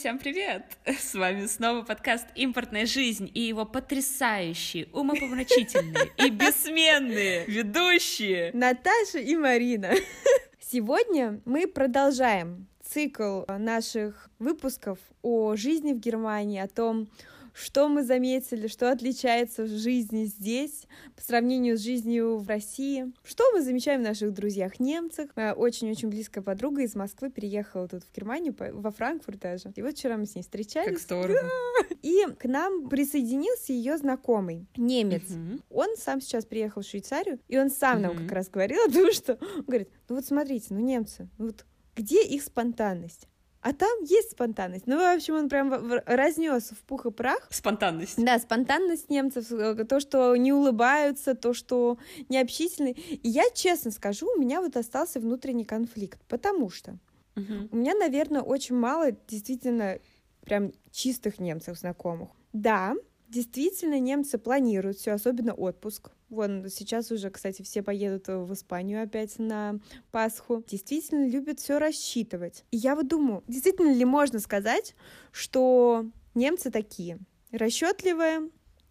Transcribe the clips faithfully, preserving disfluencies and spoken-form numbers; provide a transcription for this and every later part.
всем привет! С вами снова подкаст «Импортная жизнь» и его потрясающие, умопомрачительные и бессменные ведущие Наташа и Марина. Сегодня мы продолжаем цикл наших выпусков о жизни в Германии, о том, что мы заметили, что отличается в жизни здесь по сравнению с жизнью в России, что мы замечаем в наших друзьях-немцах. Моя очень-очень близкая подруга из Москвы переехала тут в Германию, во Франкфурт даже. И вот вчера мы с ней встречались. Как здорово. Да! И к нам присоединился ее знакомый, немец. Uh-huh. Он сам сейчас приехал в Швейцарию, и он сам uh-huh. нам как раз говорил о том, что... Он говорит, ну вот смотрите, ну немцы, ну вот где их спонтанность? А там есть спонтанность. Ну, в общем, он прям разнес в пух и прах. Спонтанность. Да, спонтанность немцев, то, что не улыбаются, то, что не общительны. И я честно скажу, у меня вот остался внутренний конфликт, потому что uh-huh. у меня, наверное, очень мало действительно прям чистых немцев знакомых. Да, действительно, немцы планируют все, особенно отпуск. Вон сейчас уже, кстати, все поедут в Испанию опять на Пасху. Действительно любят все рассчитывать. И я вот думаю, действительно ли можно сказать, что немцы такие расчетливые,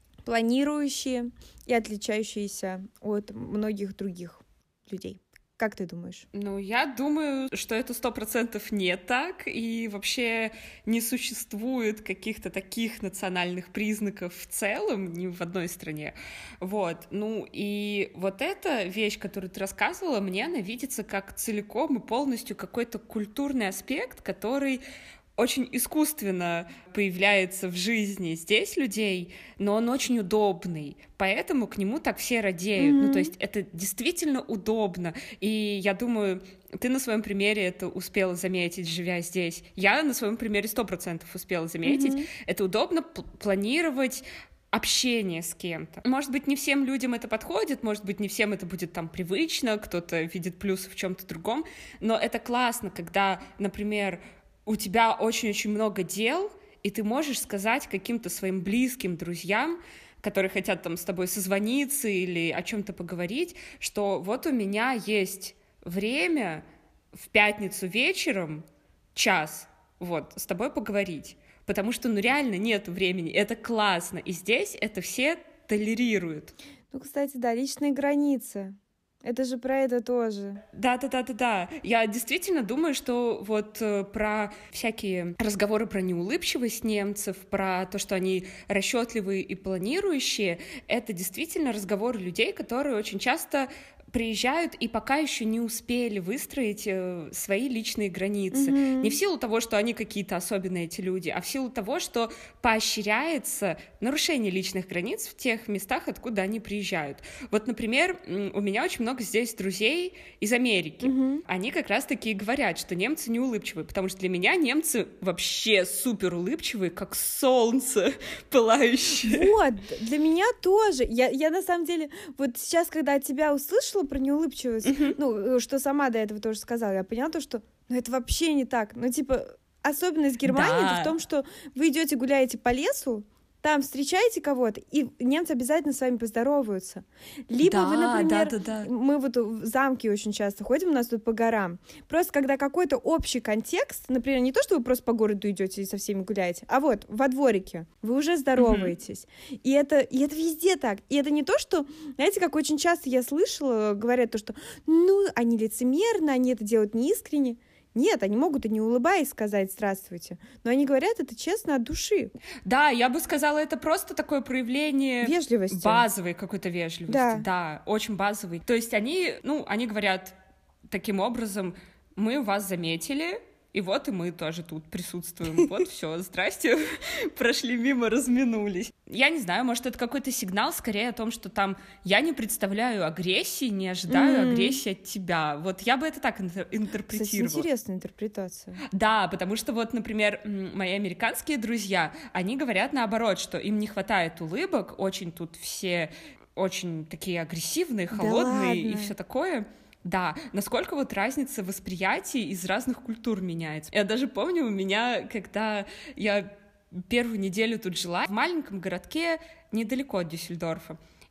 планирующие и отличающиеся от многих других людей? Как ты думаешь? Ну, я думаю, что это сто процентов не так, и вообще не существует каких-то таких национальных признаков в целом ни в одной стране. Вот, ну и вот эта вещь, которую ты рассказывала, мне она видится как целиком и полностью какой-то культурный аспект, который очень искусственно появляется в жизни здесь людей, но он очень удобный, поэтому к нему так все радеют. Mm-hmm. Ну, то есть это действительно удобно, и я думаю, ты на своем примере это успела заметить, живя здесь. Я на своем примере сто процентов успела заметить. Mm-hmm. Это удобно п- планировать общение с кем-то. Может быть, не всем людям это подходит, может быть, не всем это будет там привычно, кто-то видит плюсы в чем-то другом, но это классно, когда, например, у тебя очень-очень много дел, и ты можешь сказать каким-то своим близким друзьям, которые хотят там с тобой созвониться или о чем-то поговорить, что вот у меня есть время в пятницу вечером, час, вот, с тобой поговорить, потому что, ну, реально нет времени, это классно, и здесь это все толерируют. Ну, кстати, да, личные границы. Это же про это тоже. Да-да-да-да-да. Я действительно думаю, что вот э, про всякие разговоры про неулыбчивость немцев, про то, что они расчетливые и планирующие, это действительно разговоры людей, которые очень часто приезжают и пока еще не успели выстроить э, свои личные границы. Mm-hmm. Не в силу того, что они какие-то особенные эти люди, а в силу того, что поощряется нарушение личных границ в тех местах, откуда они приезжают. Вот, например, у меня очень много здесь друзей из Америки. Mm-hmm. Они как раз-таки говорят, что немцы не улыбчивые, потому что для меня немцы вообще супер улыбчивые, как солнце пылающее. Вот, для меня тоже. Я, я на самом деле, вот сейчас, когда тебя услышала про неулыбчивость, uh-huh. ну, что сама до этого тоже сказала, я поняла то, что ну, это вообще не так. Ну, типа, особенность Германии да. в том, что вы идете гуляете по лесу, там встречаете кого-то, и немцы обязательно с вами поздороваются. Либо да, вы, например, да, да, да. мы вот в замки очень часто ходим, у нас тут по горам. Просто когда какой-то общий контекст, например, не то, что вы просто по городу идете и со всеми гуляете, а вот во дворике вы уже здороваетесь. Mm-hmm. И, это, и это везде так. И это не то, что, знаете, как очень часто я слышала, говорят то, что ну, они лицемерны, они это делают неискренне. Нет, они могут и не улыбаясь сказать «здравствуйте», но они говорят это честно от души. Да, я бы сказала, это просто такое проявление вежливости. Базовой какой-то вежливости. Да. да, очень базовой. То есть они, ну, они говорят таким образом: мы вас заметили, и вот и мы тоже тут присутствуем. Вот все, здрасте, прошли мимо, разминулись. Я не знаю, может, это какой-то сигнал скорее о том, что там я не представляю агрессии, не ожидаю mm-hmm. агрессии от тебя. Вот я бы это так интер- интерпретировала. Кстати, интересная интерпретация. Да, потому что вот, например, мои американские друзья, они говорят наоборот, что им не хватает улыбок, очень тут все очень такие агрессивные, холодные да и все такое. Да, насколько вот разница восприятий из разных культур меняется. Я даже помню, у меня, когда я первую неделю тут жила, в маленьком городке недалеко от Дюссельдорфа,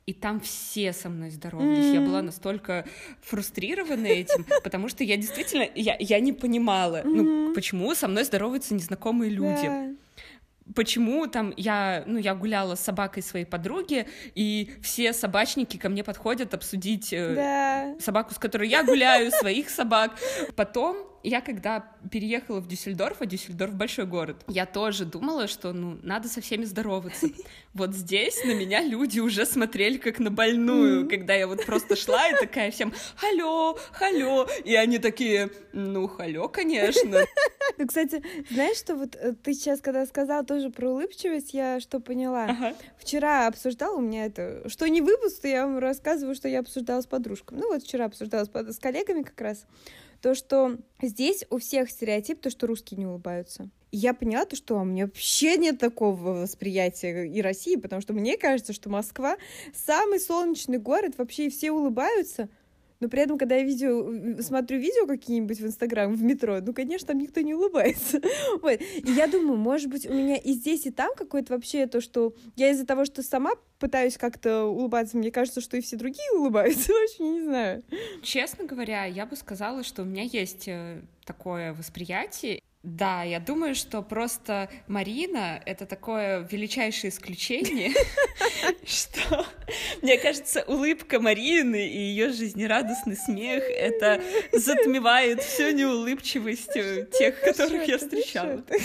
и там все со мной здоровались. Mm-hmm. Я была настолько фрустрирована этим, потому что я действительно, я, я не понимала, mm-hmm. ну, почему со мной здороваются незнакомые люди. Yeah. Почему там я, ну, я гуляла с собакой своей подруги, и все собачники ко мне подходят обсудить да. собаку, с которой я гуляю, своих собак. Потом я, когда переехала в Дюссельдорф, а Дюссельдорф большой город, я тоже думала, что, ну, надо со всеми здороваться. Вот здесь на меня люди уже смотрели как на больную, когда я вот просто шла и такая всем «Халё, халё», и они такие «Ну, халё, конечно». Ну, кстати, знаешь, что вот ты сейчас, когда сказала тоже про улыбчивость, я что поняла? Ага. Вчера обсуждала у меня это, что не выпуск, то я вам рассказываю, что я обсуждала с подружками. Ну вот вчера обсуждала с, с коллегами как раз, то, что здесь у всех стереотип, то, что русские не улыбаются. И я поняла то, что у меня вообще нет такого восприятия и России, потому что мне кажется, что Москва самый солнечный город, вообще и все улыбаются. Но при этом, когда я видео, смотрю видео какие-нибудь в Инстаграм, в метро, ну, конечно, там никто не улыбается. Вот. И я думаю, может быть, у меня и здесь, и там какое-то вообще то, что я из-за того, что сама пытаюсь как-то улыбаться, мне кажется, что и все другие улыбаются. В общем, я не знаю. Честно говоря, я бы сказала, что у меня есть такое восприятие. Да, я думаю, что просто Марина — это такое величайшее исключение, что, мне кажется, улыбка Марины и ее жизнерадостный смех — это затмевает всю неулыбчивость тех, которых я встречала. Ты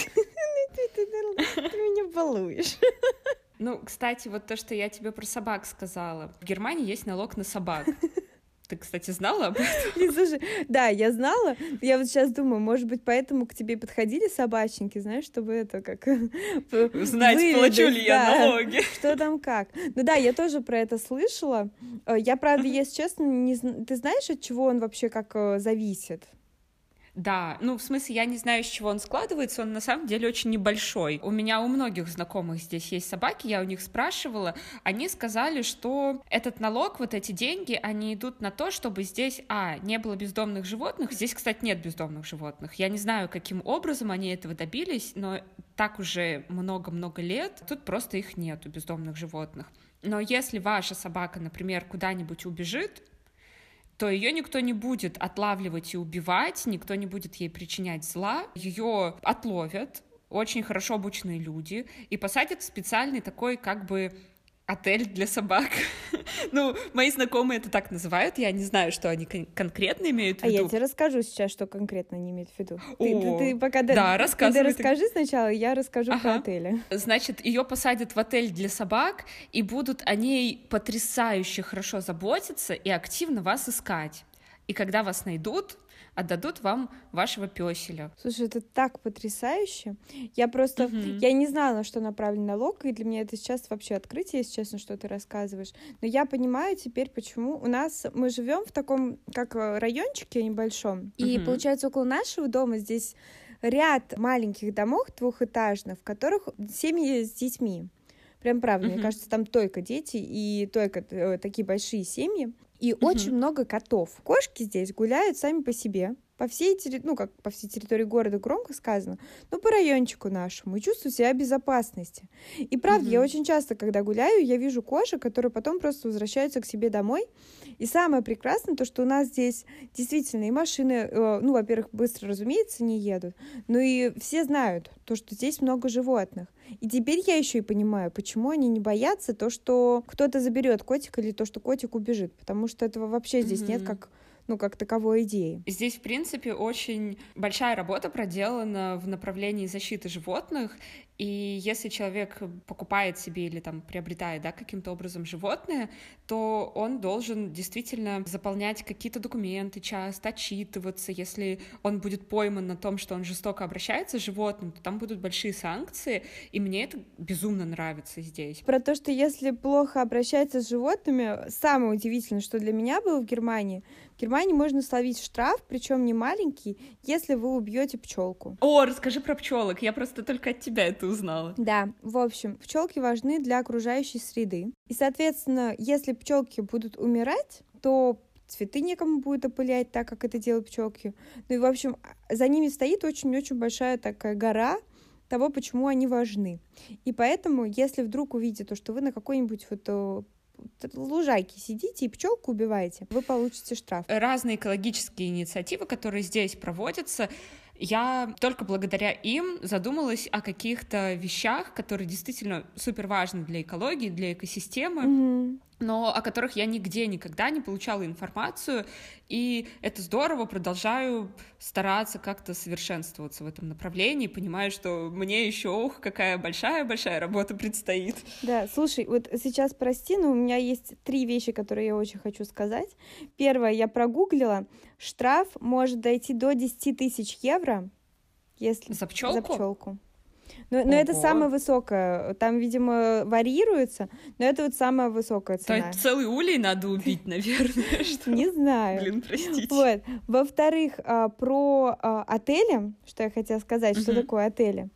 меня балуешь. Ну, кстати, вот то, что я тебе про собак сказала. В Германии есть налог на собак. Ты, кстати, знала об этом? Слушай, да, я знала. Я вот сейчас думаю, может быть, поэтому к тебе подходили собачники, знаешь, чтобы это как... Знать, выведать, плачу ли я да, налоги. Что там как. Ну да, я тоже про это слышала. Я, правда, если честно, не... ты знаешь, от чего он вообще как зависит? Да, ну, в смысле, я не знаю, из чего он складывается, он на самом деле очень небольшой. У меня у многих знакомых здесь есть собаки, я у них спрашивала, они сказали, что этот налог, вот эти деньги, они идут на то, чтобы здесь, а, не было бездомных животных, здесь, кстати, нет бездомных животных, я не знаю, каким образом они этого добились, но так уже много-много лет, тут просто их нету, бездомных животных. Но если ваша собака, например, куда-нибудь убежит, то ее никто не будет отлавливать и убивать, никто не будет ей причинять зла, ее отловят очень хорошо обученные люди и посадят в специальный такой как бы отель для собак. Ну, мои знакомые это так называют, я не знаю, что они кон- конкретно имеют в виду. А я тебе расскажу сейчас, что конкретно они имеют в виду. О, ты, ты, ты пока да, ты, рассказывай. Ты расскажи сначала, я расскажу ага. про отели. Значит, ее посадят в отель для собак и будут о ней потрясающе хорошо заботиться и активно вас искать. И когда вас найдут, отдадут вам вашего пёселя. Слушай, это так потрясающе. Я просто, uh-huh. я не знала, на что направлен налог, и для меня это сейчас вообще открытие, если честно, что ты рассказываешь. Но я понимаю теперь, почему у нас, мы живем в таком, как райончике небольшом, uh-huh. и получается около нашего дома здесь ряд маленьких домов двухэтажных, в которых семьи с детьми. Прям правда, uh-huh. мне кажется, там только дети и только э, такие большие семьи. И uh-huh. очень много котов. Кошки здесь гуляют сами по себе, по всей территории, ну, как по всей территории города громко сказано, но по райончику нашему, и чувствую себя в безопасности. И правда, uh-huh. я очень часто, когда гуляю, я вижу кошек, которые потом просто возвращаются к себе домой. И самое прекрасное, то, что у нас здесь действительно и машины, э, ну, во-первых, быстро, разумеется, не едут, но и все знают, то, что здесь много животных. И теперь я еще и понимаю, почему они не боятся то, что кто-то заберет котика или то, что котик убежит, потому что этого вообще здесь mm-hmm. нет как, ну, как таковой идеи. Здесь, в принципе, очень большая работа проделана в направлении защиты животных, и если человек покупает себе или там приобретает, да, каким-то образом животное, то он должен действительно заполнять какие-то документы часто, отчитываться. Если он будет пойман на том, что он жестоко обращается с животным, то там будут большие санкции, и мне это безумно нравится здесь. Про то, что если плохо обращается с животными, самое удивительное, что для меня было в Германии, в Германии можно словить штраф, причем не маленький, если вы убьете пчелку. О, расскажи про пчелок, я просто только от тебя это узнала. Да, в общем, пчелки важны для окружающей среды. И, соответственно, если пчелки будут умирать, то цветы некому будет опылять, так как это делают пчелки. Ну и, в общем, за ними стоит очень-очень большая такая гора того, почему они важны. И поэтому, если вдруг увидите то, что вы на какой-нибудь вот лужайке сидите и пчелку убиваете, вы получите штраф. Разные экологические инициативы, которые здесь проводятся, я только благодаря им задумалась о каких-то вещах, которые действительно супер важны для экологии, для экосистемы, mm-hmm. но о которых я нигде никогда не получала информацию, и это здорово, продолжаю стараться как-то совершенствоваться в этом направлении, понимаю, что мне еще, ох, какая большая-большая работа предстоит. Да, слушай, вот сейчас, прости, но у меня есть три вещи, которые я очень хочу сказать. Первое, я прогуглила, штраф может дойти до десять тысяч евро, если... За пчелку? За пчелку. Но, но это самое высокое. Там, видимо, варьируется, но это вот самая высокая цена. То целый улей надо убить, наверное. Не знаю. Блин, простите. Вот. Во-вторых, про отели, что я хотела сказать, что такое отели.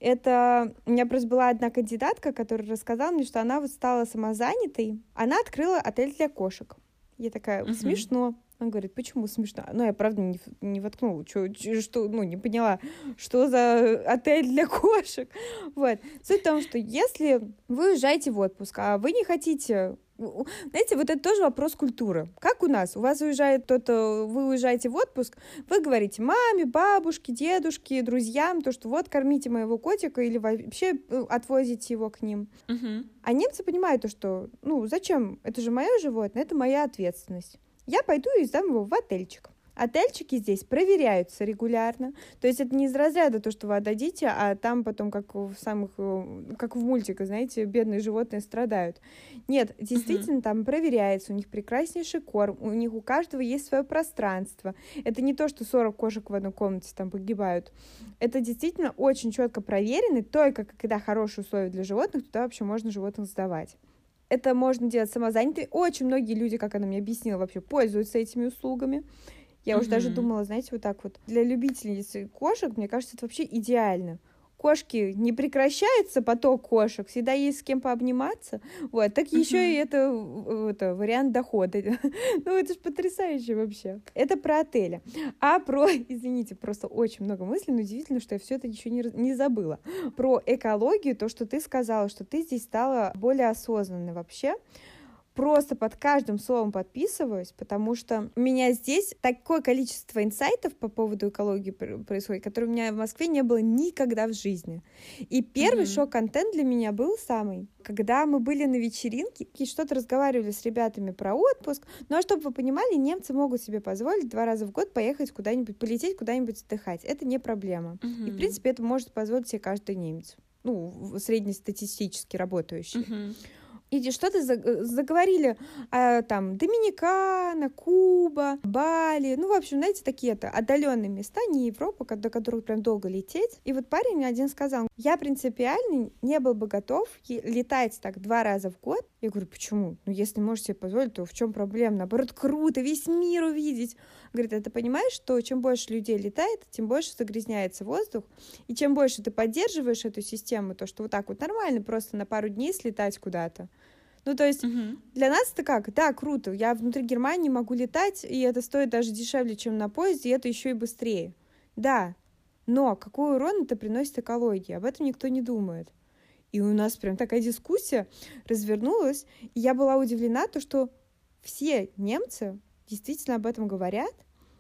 Это у меня просто была одна кандидатка, которая рассказала мне, что она вот стала самозанятой. Она открыла отель для кошек. Я такая, смешно. Он говорит, почему смешно? Ну, я, правда, не, не воткнула, чё, чё, что, ну, не поняла, что за отель для кошек. Вот. Суть в том, что если вы уезжаете в отпуск, а вы не хотите... Знаете, вот это тоже вопрос культуры. Как у нас? У вас уезжает кто-то, вы уезжаете в отпуск, вы говорите маме, бабушке, дедушке, друзьям, то, что вот, кормите моего котика или вообще отвозите его к ним. Uh-huh. А немцы понимают то, что, ну, зачем? Это же мое животное, это моя ответственность. Я пойду и сдам его в отельчик. Отельчики здесь проверяются регулярно. То есть это не из разряда то, что вы отдадите, а там потом, как в самых, как в мультиках, знаете, бедные животные страдают. Нет, действительно, uh-huh. там проверяется, у них прекраснейший корм, у них у каждого есть свое пространство. Это не то, что сорок кошек в одной комнате там погибают. Это действительно очень четко проверено, только когда хорошие условия для животных, туда вообще можно животных сдавать. Это можно делать самозанятые. Очень многие люди, как она мне объяснила, вообще пользуются этими услугами. Я mm-hmm. уже даже думала, знаете, вот так вот. Для любительниц кошек, мне кажется, это вообще идеально. Кошки, не прекращается поток кошек, всегда есть с кем пообниматься. Вот, так mm-hmm. еще и это, это вариант дохода. Ну, это же потрясающе вообще. Это про отели. А про, извините, просто очень много мыслей, но удивительно, что я все это еще не, не забыла. Про экологию, то, что ты сказала, что ты здесь стала более осознанной вообще. Просто под каждым словом подписываюсь, потому что у меня здесь такое количество инсайтов по поводу экологии происходит, которое у меня в Москве не было никогда в жизни. И первый mm-hmm. шок-контент для меня был самый. Когда мы были на вечеринке и что-то разговаривали с ребятами про отпуск, ну а чтобы вы понимали, немцы могут себе позволить два раза в год поехать куда-нибудь, полететь куда-нибудь отдыхать. Это не проблема. Mm-hmm. И, в принципе, это может позволить себе каждый немец. Ну, среднестатистически работающий. Mm-hmm. И что-то заговорили а, там Доминикана, Куба, Бали, ну, в общем, знаете, такие-то отдаленные места, не Европа, до которых прям долго лететь. И вот парень мне один сказал, я принципиально не был бы готов летать так два раза в год. Я говорю, почему? Ну, если можешь себе позволить, то в чем проблема? Наоборот, круто, весь мир увидеть. Говорит, а ты понимаешь, что чем больше людей летает, тем больше загрязняется воздух, и чем больше ты поддерживаешь эту систему, то, что вот так вот нормально просто на пару дней слетать куда-то. Ну, то есть uh-huh. для нас это как? Да, круто, я внутри Германии могу летать, и это стоит даже дешевле, чем на поезде, и это еще и быстрее. Да, но какой урон это приносит экологии? Об этом никто не думает. И у нас прям такая дискуссия развернулась, и я была удивлена, то, что все немцы действительно об этом говорят,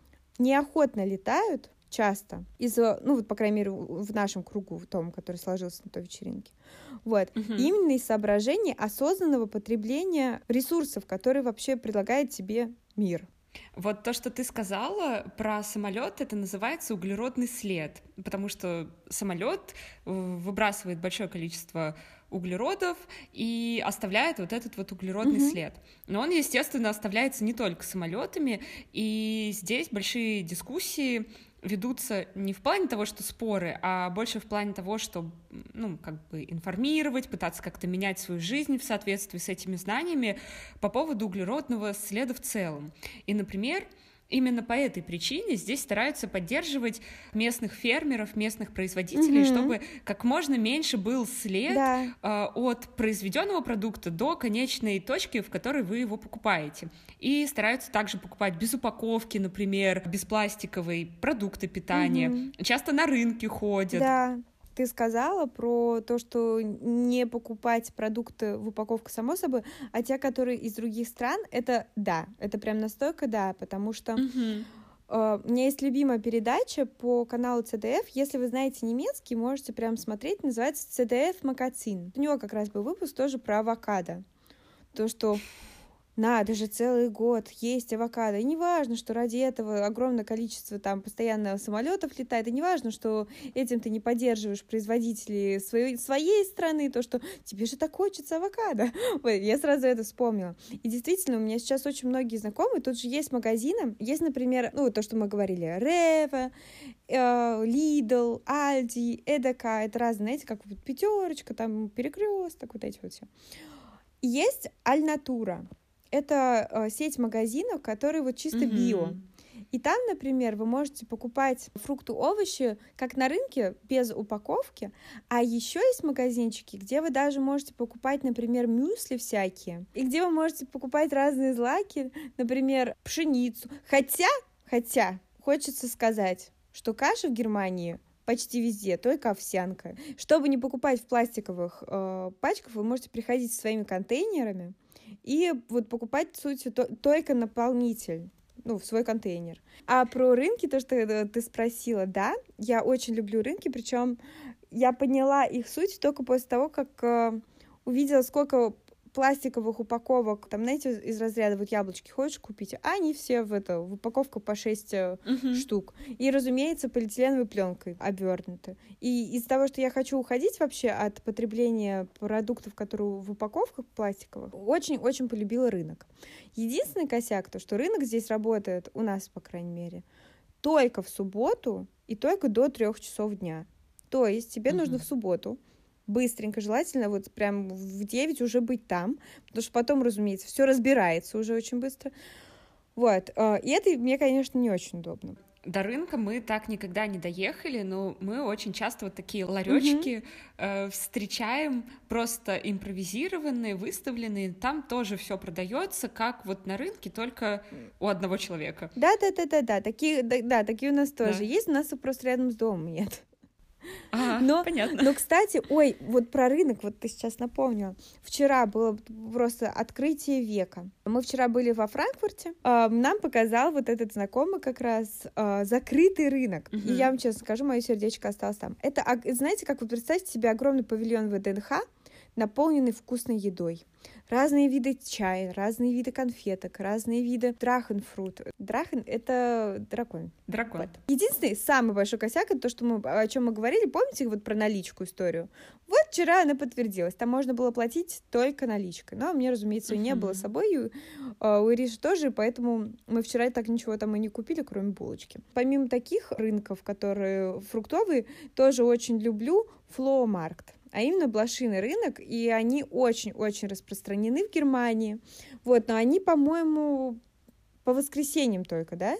неохотно летают часто, из-за, ну вот, по крайней мере, в нашем кругу, в том, который сложился на той вечеринке. Вот. Uh-huh. Именно из соображений осознанного потребления ресурсов, которые вообще предлагает тебе мир. Вот то, что ты сказала про самолет, это называется углеродный след, потому что самолет выбрасывает большое количество углеродов и оставляет вот этот вот углеродный mm-hmm. след. Но он, естественно, оставляется не только самолетами, и здесь большие дискуссии ведутся не в плане того, что споры, а больше в плане того, что, ну, как бы информировать, пытаться как-то менять свою жизнь в соответствии с этими знаниями по поводу углеродного следа в целом. И, например, именно по этой причине здесь стараются поддерживать местных фермеров, местных производителей, mm-hmm. чтобы как можно меньше был след да. э, от произведенного продукта до конечной точки, в которой вы его покупаете. И стараются также покупать без упаковки, например, без пластиковой продукты питания. Mm-hmm. Часто на рынке ходят. Да. ты сказала про то, что не покупать продукты в упаковке, само собой, а те, которые из других стран, это да, это прям настолько да, потому что Мгм. Uh, у меня есть любимая передача по каналу Цэ Дэ Эф. Если вы знаете немецкий, можете прям смотреть. Называется Цэ Дэ Эф Магазин. У него как раз был выпуск тоже про авокадо. То, что надо же целый год есть авокадо. И не важно, что ради этого огромное количество там постоянно самолетов летает. И не важно, что этим ты не поддерживаешь производителей своей, своей страны. То, что тебе же так хочется авокадо. Ой, я сразу это вспомнила. И действительно, у меня сейчас очень многие знакомые. Тут же есть магазины. Есть, например, ну, то, что мы говорили, Рева, Лидл, Альди, Эдека. Это разные, знаете, как вот пятерочка, там перекресток, вот эти вот все. Есть Альнатура. Это э, сеть магазинов, которые вот чисто mm-hmm. био. И там, например, вы можете покупать фрукты, овощи, как на рынке, без упаковки. А еще есть магазинчики, где вы даже можете покупать, например, мюсли всякие. И где вы можете покупать разные злаки, например, пшеницу. Хотя, хотя, хочется сказать, что каша в Германии почти везде, только овсянка. Чтобы не покупать в пластиковых э, пачках, вы можете приходить со своими контейнерами и вот покупать, в сути, то, только наполнитель, ну, в свой контейнер. А про рынки, то, что ты спросила, да, я очень люблю рынки, причем я поняла их суть только после того, как э, увидела, сколько пластиковых упаковок, там, знаете, из разряда вот яблочки хочешь купить, а они все в это, в упаковку по шесть uh-huh. штук. И, разумеется, полиэтиленовой пленкой обернуты. И из-за того, что я хочу уходить вообще от потребления продуктов, которые в упаковках пластиковых, очень-очень полюбила рынок. Единственный косяк, то, что рынок здесь работает, у нас, по крайней мере, только в субботу и только до трех часов дня. То есть тебе uh-huh. нужно в субботу быстренько, желательно вот прям в девять уже быть там, потому что потом, разумеется, все разбирается уже очень быстро. Вот. И это мне, конечно, не очень удобно. До рынка мы так никогда не доехали, но мы очень часто вот такие ларечки mm-hmm. э, встречаем, просто импровизированные, выставленные. Там тоже все продается, как вот на рынке, только у одного человека. Да, да, да, да, да. Такие, да, да, такие у нас тоже да. есть. У нас просто рядом с домом нет. Ага, но, понятно. Но, кстати, ой, вот про рынок, вот ты сейчас напомнила. Вчера было просто открытие века. Мы вчера были во Франкфурте, э, нам показал вот этот знакомый как раз э, закрытый рынок. Угу. И я вам честно скажу, мое сердечко осталось там. Это, знаете, как вы представьте себе огромный павильон вэ дэ эн ха, наполненный вкусной едой. Разные виды чая, разные виды конфеток, разные виды драхенфрут. Драхен — это дракон. Дракон. Вот. Единственный, самый большой косяк — это то, что мы, о чем мы говорили, помните вот про наличку историю? Вот вчера она подтвердилась. Там можно было платить только наличкой. Но мне, разумеется, ее uh-huh. не было с собой. И, uh, у Ириши тоже, поэтому мы вчера так ничего там и не купили, кроме булочки. Помимо таких рынков, которые фруктовые, тоже очень люблю флоу-маркт. А именно блошиный рынок, и они очень-очень распространены в Германии. Вот, но они, по-моему, по воскресеньям только, да?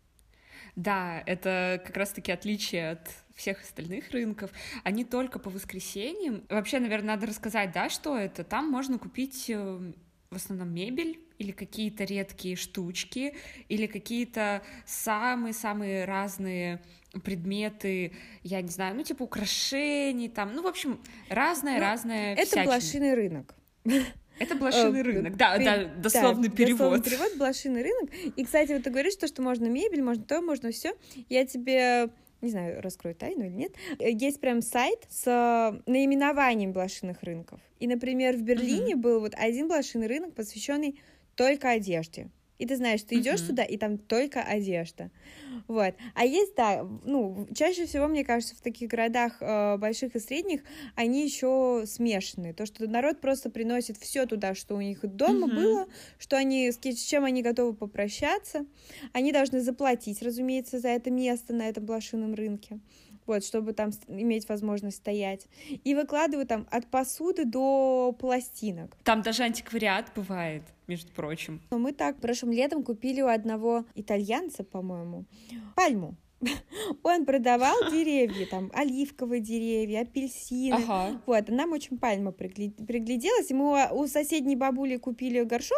Да, это как раз-таки отличие от всех остальных рынков. Они только по воскресеньям. Вообще, наверное, надо рассказать, да, что это. Там можно купить в основном мебель или какие-то редкие штучки, или какие-то самые-самые разные предметы, я не знаю, ну, типа украшений, там, ну, в общем, разное-разное ну, это блошиный рынок. Это блошиный рынок, да, да, дословный перевод. Дословный перевод, блошиный рынок. И, кстати, вот ты говоришь, что, что можно мебель, можно то, можно все. Я тебе, не знаю, раскрою тайну или нет, есть прям сайт с наименованием блошиных рынков. И, например, в Берлине uh-huh. был вот один блошиный рынок, посвященный только одежде. И ты знаешь, ты идешь uh-huh. туда, и там только одежда. Вот. А есть, да, ну, чаще всего, мне кажется, в таких городах э, больших и средних они еще смешанные. То, что народ просто приносит все туда, что у них дома uh-huh. было, что они, с чем они готовы попрощаться. Они должны заплатить, разумеется, за это место на этом блошином рынке. Вот, чтобы там иметь возможность стоять. И выкладывают там от посуды до пластинок. Там даже антиквариат бывает, между прочим. Но мы так прошлым летом купили у одного итальянца, по-моему, пальму. Он продавал деревья, там, оливковые деревья, апельсины. Ага. Вот, нам очень пальма пригляделась, и мы у соседней бабули купили горшок,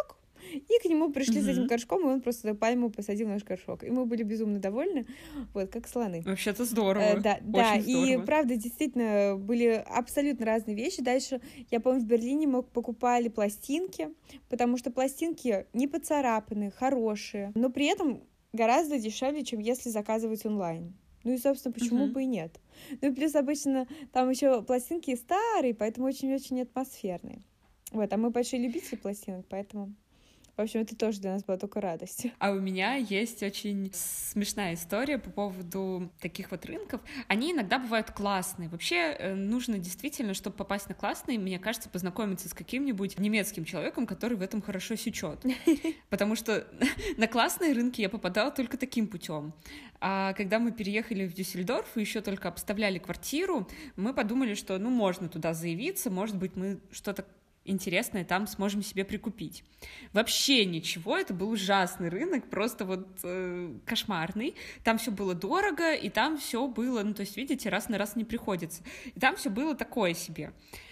И к нему пришли mm-hmm. с этим горшком, и он просто пальму посадил в наш горшок. И мы были безумно довольны, вот, как слоны. Вообще-то здорово. Э, да, Очень да, здорово. И правда, действительно, были абсолютно разные вещи. Дальше, я помню, в Берлине мы покупали пластинки, потому что пластинки не поцарапанные, хорошие, но при этом гораздо дешевле, чем если заказывать онлайн. Ну и, собственно, почему uh-huh. бы и нет. Ну и плюс обычно там еще пластинки старые, поэтому очень-очень атмосферные. Вот, а мы большие любители пластинок, поэтому... В общем, это тоже для нас была только радость. А у меня есть очень смешная история по поводу таких вот рынков. Они иногда бывают классные. Вообще нужно действительно, чтобы попасть на классные, мне кажется, познакомиться с каким-нибудь немецким человеком, который в этом хорошо сечет. Потому что на классные рынки я попадала только таким путем. А когда мы переехали в Дюссельдорф и еще только обставляли квартиру, мы подумали, что ну можно туда заявиться, может быть, мы что-то интересное там сможем себе прикупить. Вообще ничего, это был ужасный рынок, просто вот э, кошмарный. Там все было дорого, и там все было, ну то есть, видите, раз на раз не приходится. И там все было такое себе.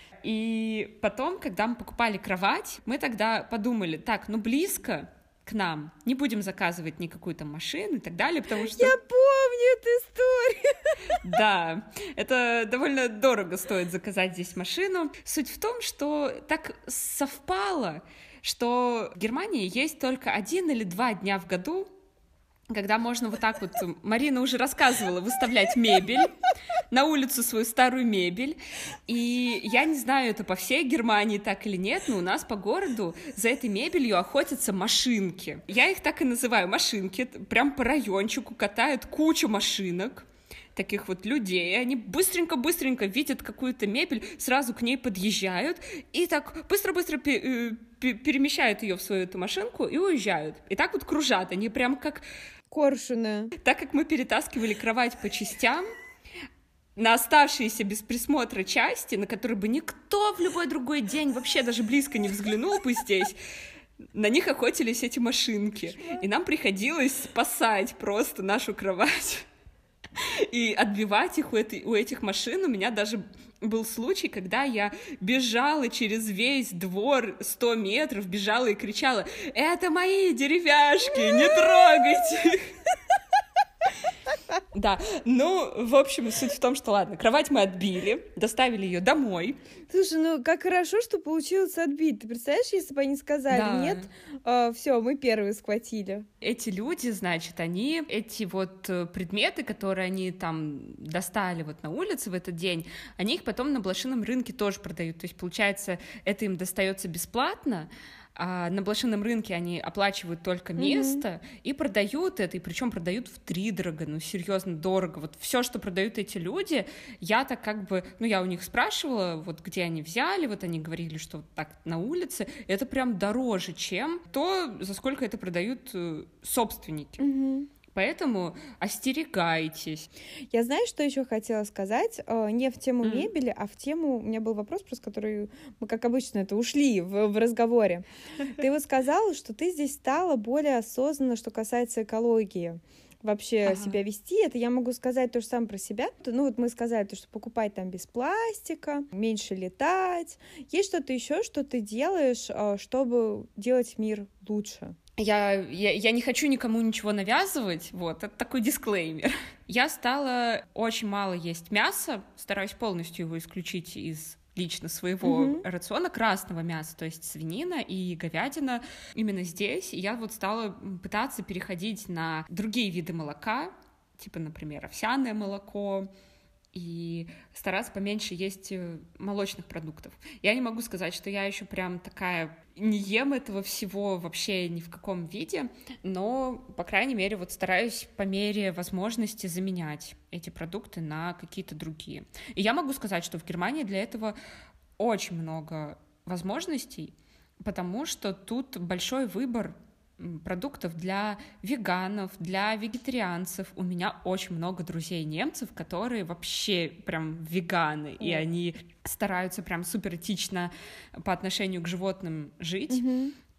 И потом, когда мы покупали кровать, мы тогда подумали, так, ну близко к нам, не будем заказывать никакую там машину и так далее, потому что... Я помню эту историю! Да, это довольно дорого стоит заказать здесь машину. Суть в том, что так совпало, что в Германии есть только один или два дня в году, когда можно вот так вот, Марина уже рассказывала, выставлять мебель, на улицу свою старую мебель, и я не знаю, это по всей Германии так или нет, но у нас по городу за этой мебелью охотятся машинки. Я их так и называю, машинки, прям по райончику катают кучу машинок, таких вот людей, они быстренько-быстренько видят какую-то мебель, сразу к ней подъезжают и так быстро-быстро перемещают ее в свою эту машинку и уезжают. И так вот кружат, они прям как... коршуны. Так как мы перетаскивали кровать по частям, на оставшиеся без присмотра части, на которые бы никто в любой другой день вообще даже близко не взглянул бы здесь, на них охотились эти машинки. И нам приходилось спасать просто нашу кровать и отбивать их у, этой, у этих машин. У меня даже был случай, когда я бежала через весь двор сто метров, бежала и кричала: «Это мои деревяшки, не трогайте их!» Да, ну, в общем, суть в том, что, ладно, кровать мы отбили, доставили ее домой. Слушай, ну как хорошо, что получилось отбить. Ты представляешь, если бы они сказали, да. нет, э, все, мы первые схватили. Эти люди, значит, они, эти вот предметы, которые они там достали вот на улице в этот день, они их потом на блошином рынке тоже продают. То есть, получается, это им достается бесплатно, а на блошином рынке они оплачивают только место mm-hmm. и продают это, и причем продают втридорого, ну, серьезно, дорого. Вот все, что продают эти люди, я так как бы, ну, я у них спрашивала, вот где они взяли, вот они говорили, что вот так на улице, это прям дороже, чем то, за сколько это продают собственники. Mm-hmm. Поэтому остерегайтесь. Я знаю, что еще хотела сказать, не в тему mm. мебели, а в тему... У меня был вопрос, просто который мы, как обычно, это ушли в, в разговоре. Ты вот сказала, что ты здесь стала более осознанно, что касается экологии. Вообще ага. себя вести, это я могу сказать то же самое про себя. Ну вот мы сказали, то, что покупать там без пластика, меньше летать. Есть что-то еще, что ты делаешь, чтобы делать мир лучше? Я, я, я не хочу никому ничего навязывать, вот, это такой дисклеймер. Я стала очень мало есть мяса, стараюсь полностью его исключить из лично своего mm-hmm. рациона красного мяса, то есть свинина и говядина. Именно здесь я вот стала пытаться переходить на другие виды молока, типа, например, овсяное молоко, и стараться поменьше есть молочных продуктов. Я не могу сказать, что я еще прям такая не ем этого всего вообще ни в каком виде, но, по крайней мере, вот стараюсь по мере возможности заменять эти продукты на какие-то другие. И я могу сказать, что в Германии для этого очень много возможностей, потому что тут большой выбор продуктов для веганов, для вегетарианцев. У меня очень много друзей немцев, которые вообще прям веганы, mm. и они стараются прям супер этично по отношению к животным жить. Mm-hmm.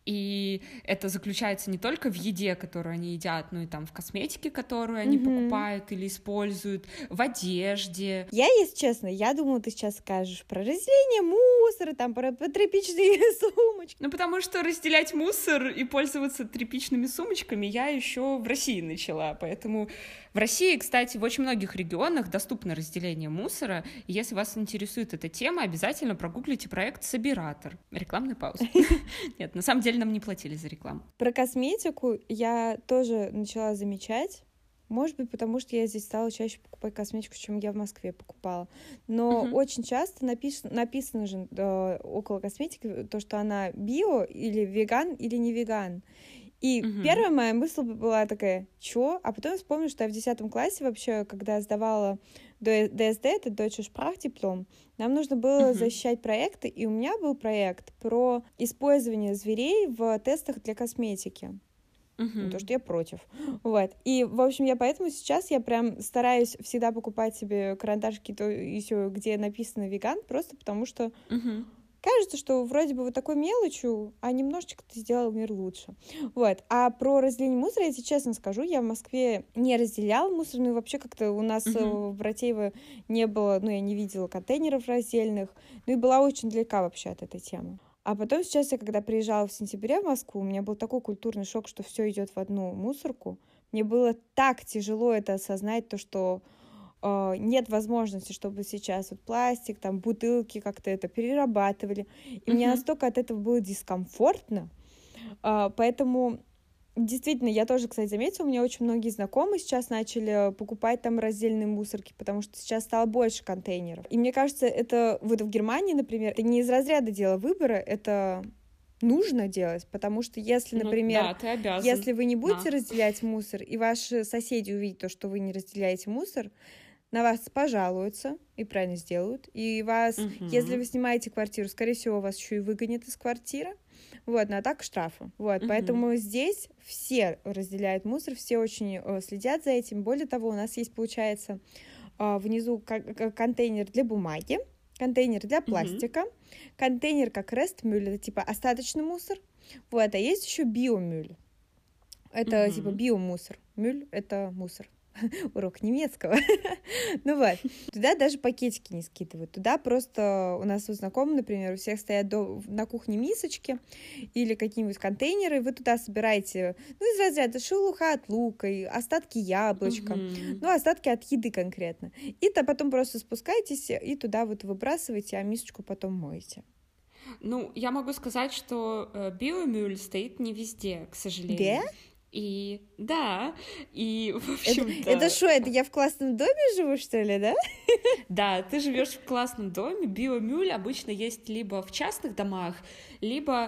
И это заключается не только в еде, которую они едят, но и там в косметике, которую они mm-hmm. покупают или используют, в одежде. Я, если честно, я думала, ты сейчас скажешь про разделение мусора, там, про, про тряпичные сумочки. Ну, потому что разделять мусор и пользоваться тряпичными сумочками я еще в России начала, поэтому в России, кстати, в очень многих регионах доступно разделение мусора. Если вас интересует эта тема, обязательно прогуглите проект «Собиратор». Рекламная пауза. Нет, на самом деле нам не платили за рекламу. Про косметику я тоже начала замечать. Может быть, потому что я здесь стала чаще покупать косметику, чем я в Москве покупала. Но uh-huh. очень часто напис- написано же э, около косметики то, что она био или веган, или не веган. И uh-huh. первая моя мысль была такая, чё? А потом я вспомнила, что я в десятом классе вообще, когда сдавала ди эс ди, это Deutsche Sprachdiplom, нам нужно было uh-huh. защищать проекты, и у меня был проект про использование зверей в тестах для косметики. Uh-huh. Ну, то, что я против. Вот. И, в общем, я поэтому сейчас я прям стараюсь всегда покупать себе карандашики, то еще где написано веган, просто потому что uh-huh. кажется, что вроде бы вот такой мелочью, а немножечко ты сделал мир лучше. Вот. А про разделение мусора, я тебе честно скажу, я в Москве не разделяла мусор, ну и вообще как-то у нас uh-huh. в Братеево не было, ну я не видела контейнеров раздельных, ну и была очень далека вообще от этой темы. А потом сейчас я, когда приезжала в сентябре в Москву, у меня был такой культурный шок, что все идет в одну мусорку. Мне было так тяжело это осознать, то, что э, нет возможности, чтобы сейчас вот пластик, там, бутылки как-то это перерабатывали. И uh-huh. мне настолько от этого было дискомфортно. Э, поэтому, действительно, я тоже, кстати, заметила, у меня очень многие знакомые сейчас начали покупать там раздельные мусорки, потому что сейчас стало больше контейнеров. И мне кажется, это вот в Германии, например, это не из разряда дела выбора, это нужно делать, потому что если, например, ну, да, ты обязан. Если вы не будете да. разделять мусор, и ваши соседи увидят то, что вы не разделяете мусор, на вас пожалуются, и правильно сделают, и вас, угу. если вы снимаете квартиру, скорее всего, вас еще и выгонят из квартиры. Вот, ну а так штрафы. Вот, uh-huh. поэтому здесь все разделяют мусор, все очень э, следят за этим. Более того, у нас есть, получается, э, внизу к- контейнер для бумаги, контейнер для пластика, uh-huh. контейнер как рестмюль, это типа остаточный мусор. Вот, а есть еще биомюль. Это uh-huh. типа биомусор. Мюль — это мусор. Урок немецкого. Ну вот. Туда даже пакетики не скидывают. Туда просто у нас у знакомых, например, у всех стоят до... на кухне мисочки или какие-нибудь контейнеры, и вы туда собираете, ну, из разряда шелуха от лука, остатки яблочка, угу. ну, остатки от еды конкретно. И то потом просто спускаетесь и туда вот выбрасываете, а мисочку потом моете. Ну, я могу сказать, что э, биомюль стоит не везде, к сожалению. Да? И да, и в общем-то... Это что, это, это я в классном доме живу, что ли, да? Да, ты живешь в классном доме. Биомюль обычно есть либо в частных домах, либо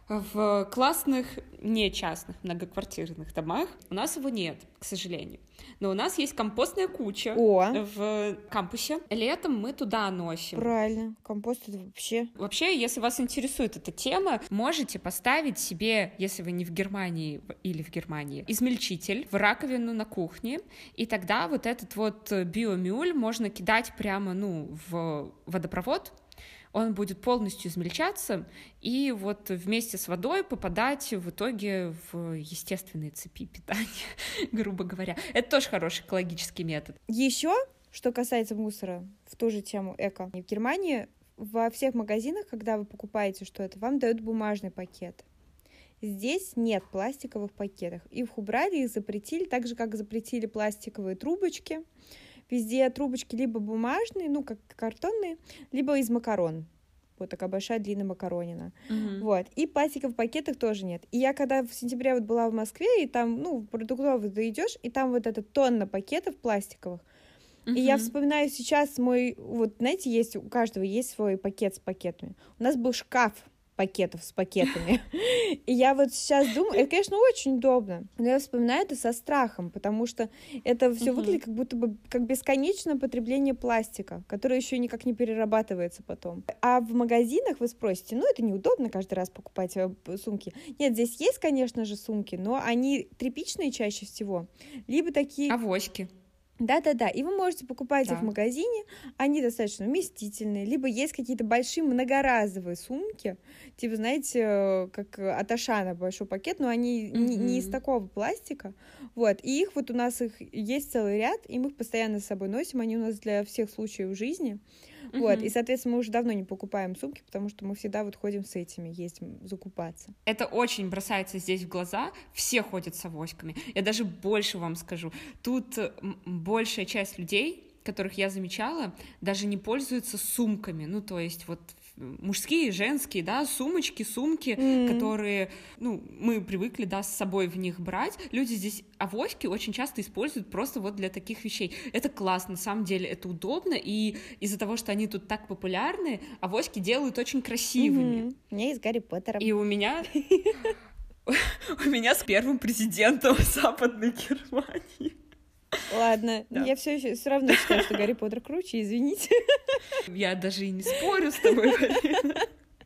в классных, не частных, многоквартирных домах. У нас его нет, к сожалению. Но у нас есть компостная куча О. в кампусе. Летом мы туда носим. Правильно, компост — это вообще... Вообще, если вас интересует эта тема, можете поставить себе, если вы не в Германии или в Германии, измельчитель в раковину на кухне, и тогда вот этот вот биомюль можно кидать прямо, ну, в водопровод. Он будет полностью измельчаться и вот вместе с водой попадать в итоге в естественные цепи питания, грубо говоря. Это тоже хороший экологический метод. Еще, что касается мусора, в ту же тему эко. В Германии во всех магазинах, когда вы покупаете что-то, вам дают бумажный пакет. Здесь нет пластиковых пакетов. Их убрали, их запретили, так же, как запретили пластиковые трубочки. Везде трубочки либо бумажные, ну, как картонные, либо из макарон. Вот такая большая длинная макаронина. Uh-huh. Вот. И пластиковых пакетов тоже нет. И я когда в сентябре вот была в Москве, и там, ну, в продуктовый ты идешь, и там вот эта тонна пакетов пластиковых. Uh-huh. И я вспоминаю сейчас мой, вот, знаете, есть, у каждого есть свой пакет с пакетами. У нас был шкаф пакетов с пакетами. И я вот сейчас думаю, это, конечно, очень удобно, но я вспоминаю это со страхом, потому что это все uh-huh. выглядит как будто бы как бесконечное потребление пластика, которое еще никак не перерабатывается потом. А в магазинах вы спросите, ну, это неудобно каждый раз покупать сумки. Нет, здесь есть, конечно же, сумки, но они тряпичные чаще всего, либо такие... Авоськи. Да-да-да, и вы можете покупать Да. их в магазине, они достаточно вместительные, либо есть какие-то большие многоразовые сумки, типа, знаете, э, как от Ашана большой пакет, но они не, не из Мгм. такого пластика, вот, и их вот у нас их есть целый ряд, и мы их постоянно с собой носим, они у нас для всех случаев жизни, вот, и, Мгм. соответственно, мы уже давно не покупаем сумки, потому что мы всегда вот ходим с этими, ездим закупаться. Это очень бросается здесь в глаза. Все ходят с авоськами. Я даже больше вам скажу. Тут э, м, большая часть людей, которых я замечала, даже не пользуются сумками. Ну, то есть вот м, мужские, женские, да, сумочки, сумки, М. которые, ну, мы привыкли, да, с собой в них брать. Люди здесь авоськи очень часто используют просто вот для таких вещей. Это классно, на самом деле, это удобно, и из-за того, что они тут так популярны, авоськи делают очень красивыми. Мгм. У меня есть Гарри Поттер. И у меня... У меня с первым президентом Западной Германии. Ладно, Да. я все еще все равно считаю, что Гарри Поттер круче, извините. Я даже и не спорю с тобой, Полина.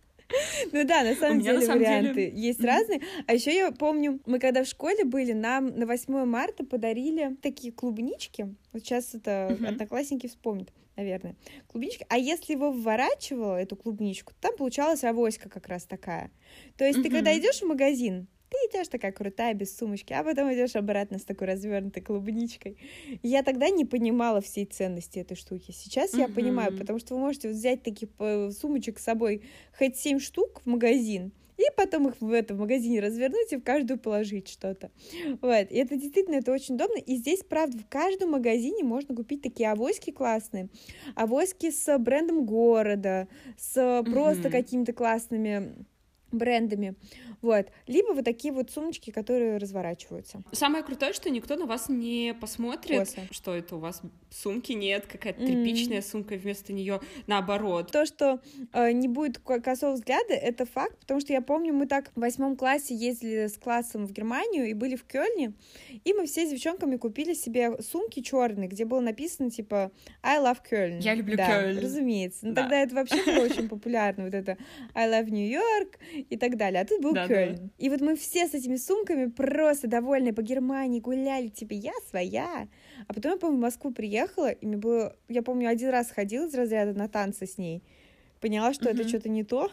Ну да, на самом меня, на деле самом деле, варианты есть мгм. разные. А еще я помню, мы когда в школе были, нам на восьмое марта подарили такие клубнички. Вот сейчас это Мгм. одноклассники вспомнят, наверное. Клубнички. А если его вворачивала, эту клубничку, там получалась авоська как раз такая. То есть ты когда Мгм. идешь в магазин, ты идешь такая крутая, без сумочки, а потом идешь обратно с такой развернутой клубничкой. И я тогда не понимала всей ценности этой штуки. Сейчас я Мгм. понимаю, потому что вы можете вот взять таких э, сумочек с собой хоть семь штук в магазин, и потом их в этом магазине развернуть и в каждую положить что-то. Вот. И это действительно, это очень удобно. И здесь, правда, в каждом магазине можно купить такие авоськи классные. Авоськи с брендом города, с просто Мгм. какими-то классными брендами, вот, либо вот такие вот сумочки, которые разворачиваются. Самое крутое, что никто на вас не посмотрит, Косо. что это у вас сумки нет, какая-то М. тряпичная сумка, вместо нее наоборот. То, что э, не будет ко- косого взгляда, это факт, потому что я помню, мы так в восьмом классе ездили с классом в Германию и были в Кёльне, и мы все с девчонками купили себе сумки черные, где было написано типа I love Кёльн. Я люблю Да, Кёльн. разумеется. Но Да. тогда это вообще было очень популярно, вот это I love New York и так далее. А тут был Да-да. Кёльн. И вот мы все с этими сумками просто довольные по Германии гуляли, типа я своя. А потом я, помню, в Москву приехала, и мне было... Я помню, один раз ходила из разряда на танцы с ней, поняла, что это Мгм. что-то не то,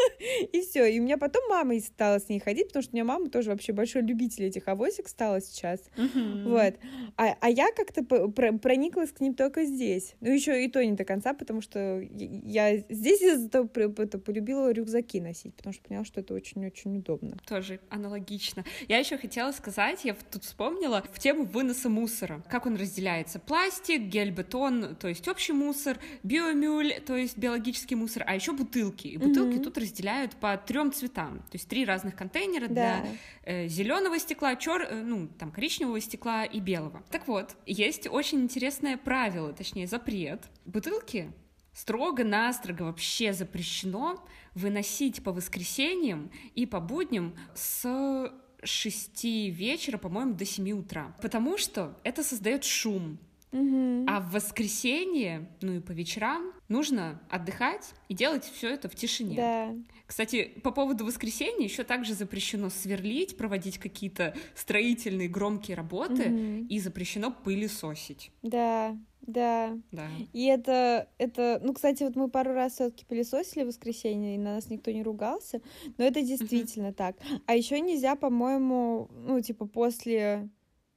и все. И у меня потом мама и стала с ней ходить, потому что у меня мама тоже вообще большой любитель этих авосик стала сейчас. Мгм. Вот. А, а я как-то по- про- прониклась к ним только здесь. Ну, еще и то не до конца, потому что я я здесь из-за того про- это полюбила рюкзаки носить, потому что поняла, что это очень-очень удобно. Тоже аналогично. Я еще хотела сказать, я тут вспомнила, в тему выноса мусора. Как он разделяется? Пластик, гель-бетон, то есть общий мусор, биомюль, то есть биологический мусор, а еще бутылки. И бутылки Мгм. тут разделяют по трем цветам. То есть три разных контейнера Да. для э, зеленого стекла, чер... э, ну, там, коричневого стекла и белого. Так вот, есть очень интересное правило, точнее, запрет. Бутылки строго-настрого вообще запрещено выносить по воскресеньям и по будням с шести вечера, по-моему, до семи утра. Потому что это создает шум. Мгм. А в воскресенье, ну и по вечерам, нужно отдыхать и делать все это в тишине. Да. Кстати, по поводу воскресенья еще также запрещено сверлить, проводить какие-то строительные громкие работы, Мгм. и запрещено пылесосить. Да, да. Да. И это, это, ну, кстати, вот мы пару раз все-таки пылесосили в воскресенье, и на нас никто не ругался, но это действительно так. А еще нельзя, по-моему, ну, типа после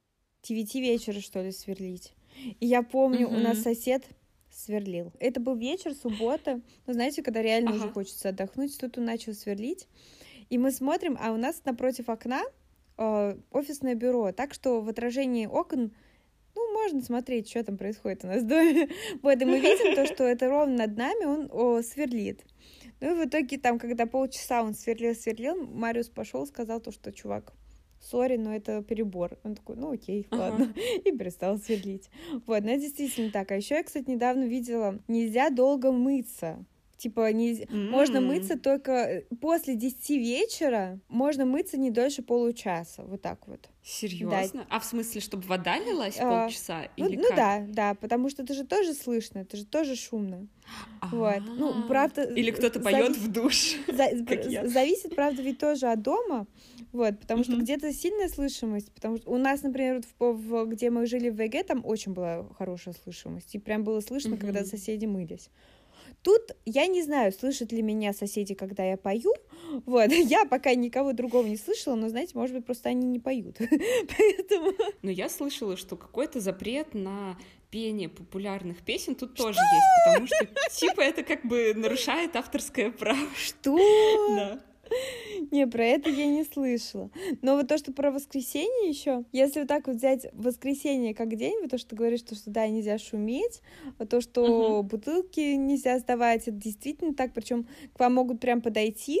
девяти вечера, что ли, сверлить. И я помню, у нас Мгм. сосед сверлил. Это был вечер, суббота. Ну, знаете, когда реально уже Ага. хочется отдохнуть, тут он начал сверлить. И мы смотрим, а у нас напротив окна э, офисное бюро, так что в отражении окон, ну, можно смотреть, что там происходит у нас в доме. Вот, и мы видим то, что это ровно над нами он о, сверлит. Ну, и в итоге там, когда полчаса он сверлил-сверлил, Мариус пошел, сказал то, что, чувак, сори, но это перебор. Он такой, ну окей, Ага. ладно, и перестал сверлить. Вот, но это действительно так. А еще я, кстати, недавно видела, нельзя долго мыться. Типа, не... mm-hmm. можно мыться только после десяти вечера, можно мыться не дольше получаса, вот так вот. Серьезно? Да. А в смысле, чтобы вода лилась а, полчаса? Ну, или ну как? да, да, потому что это же тоже слышно, это же тоже шумно. А-а-а. Вот. Ну, правда... Или кто-то поет зави... в душ, как я. Зависит, правда, ведь тоже от дома, вот, потому что где-то сильная слышимость, потому что у нас, например, в, в, где мы жили в ВГ, там очень была хорошая слышимость, и прям было слышно, когда соседи мылись. Тут я не знаю, слышат ли меня соседи, когда я пою. Вот, я пока никого другого не слышала, но, знаете, может быть, просто они не поют. Поэтому... Но я слышала, что какой-то запрет на пение популярных песен тут что? Тоже есть, потому что, типа, это как бы нарушает авторское право. Что? Да. Не, про это я не слышала. Но вот то, что про воскресенье еще, если вот так вот взять воскресенье как день, вот то, что ты говоришь, что, что да, нельзя шуметь, то, что uh-huh. бутылки нельзя сдавать, это действительно так, причем к вам могут прям подойти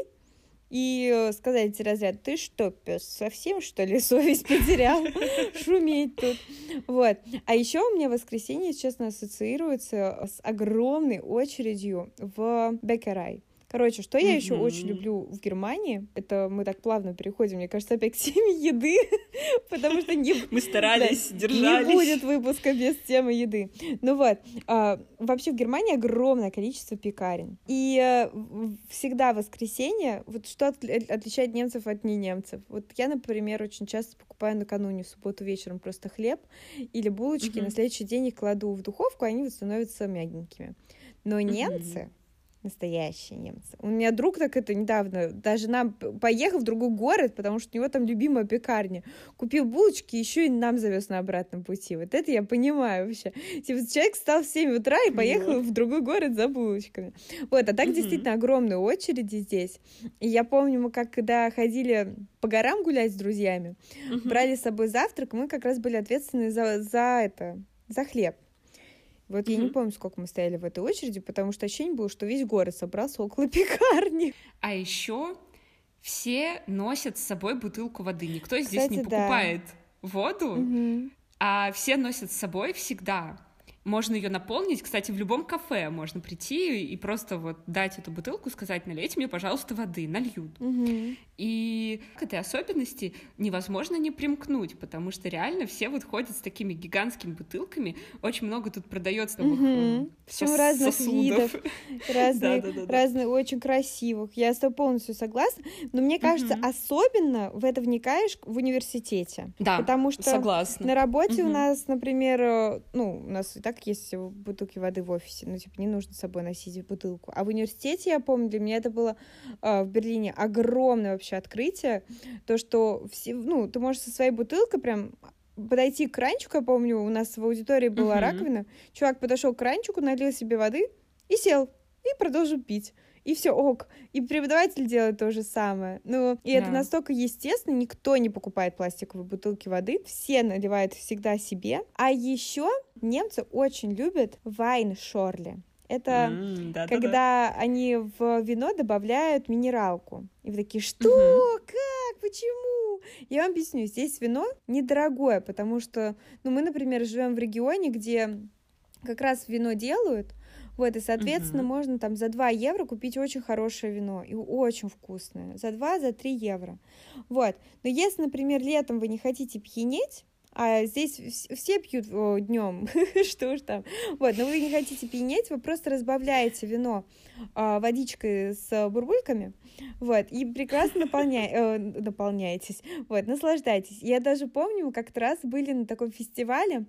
и сказать разряд: ты что, пес, совсем, что ли, совесть потерял? Шуметь тут. Вот. А еще у меня воскресенье, честно, ассоциируется с огромной очередью в Бäckerei. Короче, что я mm-hmm. еще очень люблю в Германии, это мы так плавно переходим, мне кажется, опять к теме еды, потому что не... мы старались, держались. Не будет выпуска без темы еды. Ну вот, а, вообще в Германии огромное количество пекарен. И а, всегда в воскресенье, вот что от, отличает немцев от не немцев. Вот я, например, очень часто покупаю накануне, в субботу вечером просто хлеб или булочки, mm-hmm. на следующий день их кладу в духовку, они вот становятся мягенькими. Но немцы... Mm-hmm. Настоящие немцы. У меня друг так это недавно, даже нам поехал в другой город, потому что у него там любимая пекарня. Купил булочки, еще и нам завез на обратном пути. Вот это я понимаю вообще. Типа человек встал в семь утра и поехал yeah. в другой город за булочками. Вот, а так mm-hmm. действительно огромные очереди здесь. И я помню, мы как когда ходили по горам гулять с друзьями, mm-hmm. брали с собой завтрак, мы как раз были ответственны за, за это, за хлеб. Вот mm-hmm. я не помню, сколько мы стояли в этой очереди, потому что ощущение было, что весь город собрался около пекарни. А еще все носят с собой бутылку воды. Никто Кстати, здесь не покупает да. воду, mm-hmm. а все носят с собой всегда. Можно ее наполнить, кстати, в любом кафе можно прийти и просто вот дать эту бутылку, сказать: налейте мне, пожалуйста, воды, нальют. Угу. И к этой особенности невозможно не примкнуть, потому что реально все вот ходят с такими гигантскими бутылками, очень много тут продается новых угу. сос- разных сосудов. Видов, разные, да, да, да, разные, да. очень красивых. Я с тобой полностью согласна, но мне кажется, угу. особенно в это вникаешь в университете. Да, потому что согласна. На работе угу. у нас, например, ну, у нас и так есть бутылки воды в офисе, ну, типа, не нужно с собой носить бутылку. А в университете, я помню, для меня это было э, в Берлине огромное вообще открытие, то, что все, ну, ты можешь со своей бутылкой прям подойти к кранчику, я помню, у нас в аудитории была uh-huh. раковина, чувак подошел к кранчику, налил себе воды и сел, и продолжил пить. И все ок. И преподаватель делает то же самое. Ну, и да. это настолько естественно, никто не покупает пластиковые бутылки воды, все наливают всегда себе. А еще немцы очень любят вайншорли. Это mm, да, когда да, да. они в вино добавляют минералку. И вы такие: что? Uh-huh. Как? Почему? Я вам объясню. Здесь вино недорогое, потому что, ну, мы, например, живем в регионе, где как раз вино делают. Вот, и, соответственно, uh-huh. можно там за два евро купить очень хорошее вино, и очень вкусное. За два, за три евро. Вот. Но если, например, летом вы не хотите пьянеть, а здесь все пьют днем, что уж там. Вот, но вы не хотите пьянеть, вы просто разбавляете вино а, водичкой с бурбульками, вот, и прекрасно наполня... э, наполняетесь, вот, наслаждайтесь. Я даже помню, мы как-то раз были на таком фестивале.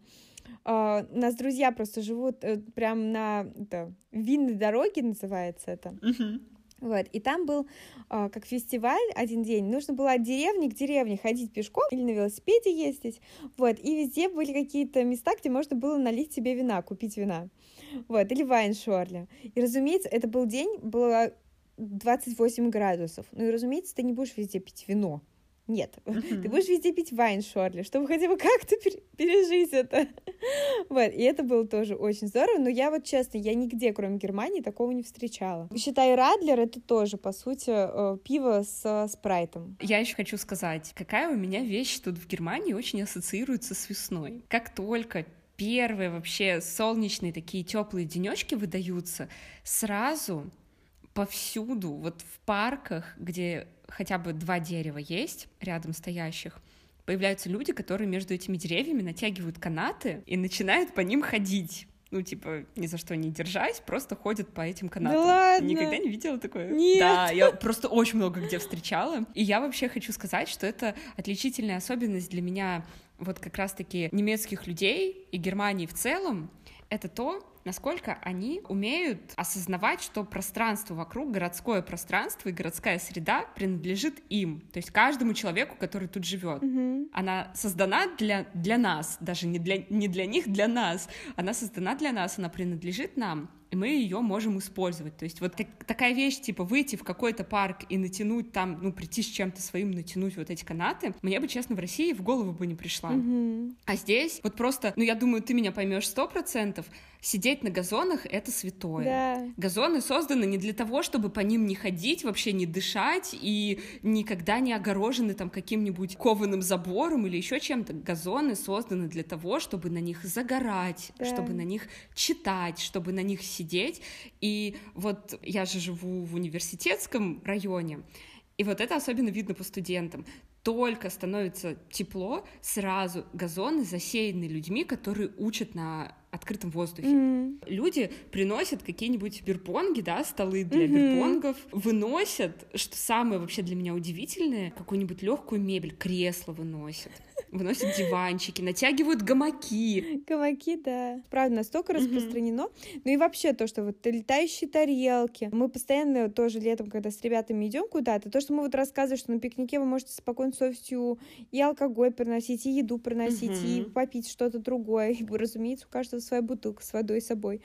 Uh, у нас друзья просто живут uh, прямо на это, винной дороге, называется это. Uh-huh. Вот. И там был uh, как фестиваль один день. Нужно было от деревни к деревне ходить пешком или на велосипеде ездить. Вот. И везде были какие-то места, где можно было налить себе вина, купить вина. Вот. Или вайншорля. И, разумеется, это был день, было двадцать восемь градусов. Ну и, разумеется, ты не будешь везде пить вино. Нет, uh-huh. ты будешь везде пить вайншорли, чтобы хотя бы как-то пережить это. Вот, и это было тоже очень здорово, но я вот честно, я нигде, кроме Германии, такого не встречала. Считай, Радлер — это тоже, по сути, пиво с спрайтом. Я еще хочу сказать, какая у меня вещь тут в Германии очень ассоциируется с весной. Как только первые вообще солнечные такие теплые денечки выдаются, сразу повсюду, вот в парках, где хотя бы два дерева есть рядом стоящих, появляются люди, которые между этими деревьями натягивают канаты и начинают по ним ходить. Ну, типа, ни за что не держась, просто ходят по этим канатам. Да ладно? Никогда не видела такое? Нет. Да, я просто очень много где встречала. И я вообще хочу сказать, что это отличительная особенность для меня вот как раз-таки немецких людей и Германии в целом, это то, насколько они умеют осознавать, что пространство вокруг, городское пространство и городская среда принадлежит им, то есть каждому человеку, который тут живет. Угу. Она создана для, для нас, даже не для, не для них, для нас. Она создана для нас, она принадлежит нам, и мы ее можем использовать. То есть вот так, такая вещь, типа выйти в какой-то парк и натянуть там, ну, прийти с чем-то своим, натянуть вот эти канаты, мне бы, честно, в России в голову бы не пришла. Угу. А здесь вот просто, ну, я думаю, ты меня поймешь сто процентов, сидеть на газонах — это святое. Да. Газоны созданы не для того, чтобы по ним не ходить, вообще не дышать, и никогда не огорожены там каким-нибудь кованым забором или еще чем-то. Газоны созданы для того, чтобы на них загорать, Да. чтобы на них читать, чтобы на них сидеть. И вот я же живу в университетском районе, и вот это особенно видно по студентам. Только становится тепло, сразу газоны засеяны людьми, которые учат на открытом воздухе. Mm. Люди приносят какие-нибудь бирпонги, да, столы для Mm-hmm. бирпонгов, выносят, что самое вообще для меня удивительное, какую-нибудь легкую мебель, кресло выносят, выносят диванчики, натягивают гамаки. Гамаки, да. Правда, настолько Мгм. распространено. Ну и вообще то, что вот летающие тарелки. Мы постоянно тоже летом, когда с ребятами идем куда-то, то, что мы вот рассказываем, что на пикнике вы можете спокойно совестью и алкоголь приносить, и еду приносить, Мгм. и попить что-то другое. И, разумеется, у каждого своя бутылка с водой с собой.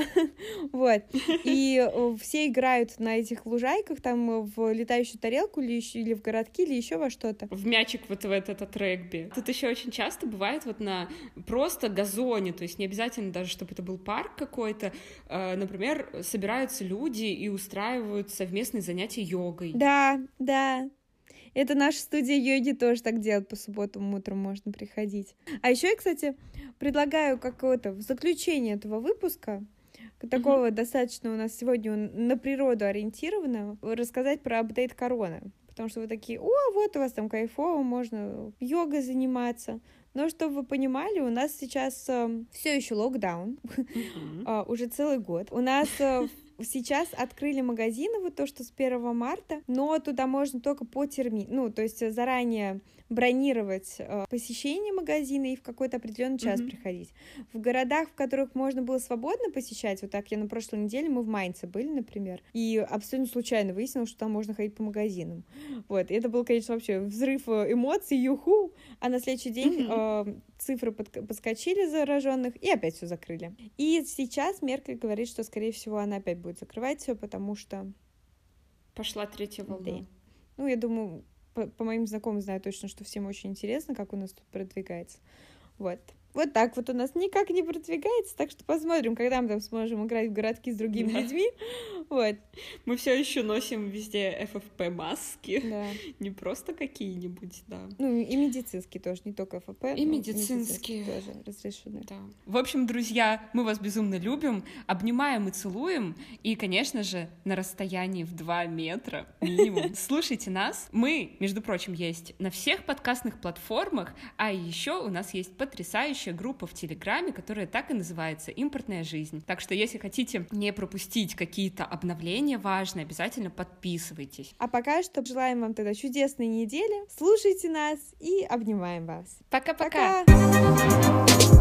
Вот. И э, все играют на этих лужайках, там в летающую тарелку или ещё- или в городки, или еще во что-то. В мячик вот в этот от регби. Тут еще очень часто бывает вот на просто газоне, то есть не обязательно даже, чтобы это был парк какой-то. Э, Например, собираются люди и устраивают совместные занятия йогой. Да, да. Это наша студия йоги тоже так делает, по субботам утром можно приходить. А еще я, кстати, предлагаю какое-то в заключение этого выпуска, такого достаточно у нас сегодня он на природу ориентированного, рассказать про апдейт короны. Потому что вы такие: о, вот у вас там кайфово, можно йогой заниматься. Но чтобы вы понимали, у нас сейчас э, все еще локдаун, Мгм. а, уже целый год. У нас э, сейчас открыли магазины, вот то, что с первого марта, но туда можно только по термину, ну, то есть заранее бронировать э, посещение магазина и в какой-то определенный час Мгм. приходить. В городах, в которых можно было свободно посещать, вот так я на прошлой неделе, мы в Майнце были, например, и абсолютно случайно выяснилось, что там можно ходить по магазинам. Вот, и это был, конечно, вообще взрыв э, эмоций, юху, а на следующий день Мгм. э, цифры под- подскочили зараженных и опять все закрыли. И сейчас Меркель говорит, что, скорее всего, она опять будет закрывать все, потому что, Пошла третья волна. Да. ну, я думаю, по, по моим знакомым знаю точно, что всем очень интересно, как у нас тут продвигается. Вот. Вот так вот у нас никак не продвигается, так что посмотрим, когда мы там сможем играть в городки с другими Да. людьми. Вот, Мы все еще носим везде эф эф пэ маски, да. не просто какие-нибудь, да. Ну, и медицинские тоже, не только эф эф пэ. И но медицинские. тоже разрешены. Да. В общем, друзья, мы вас безумно любим, обнимаем и целуем, и, конечно же, на расстоянии в два метра минимум. Слушайте нас. Мы, между прочим, есть на всех подкастных платформах, а еще у нас есть потрясающая группа в Телеграме, которая так и называется «Импортная жизнь». Так что, если хотите не пропустить какие-то обновления важные, обязательно подписывайтесь. А пока что желаем вам тогда чудесной недели. Слушайте нас и обнимаем вас. Пока-пока! Пока!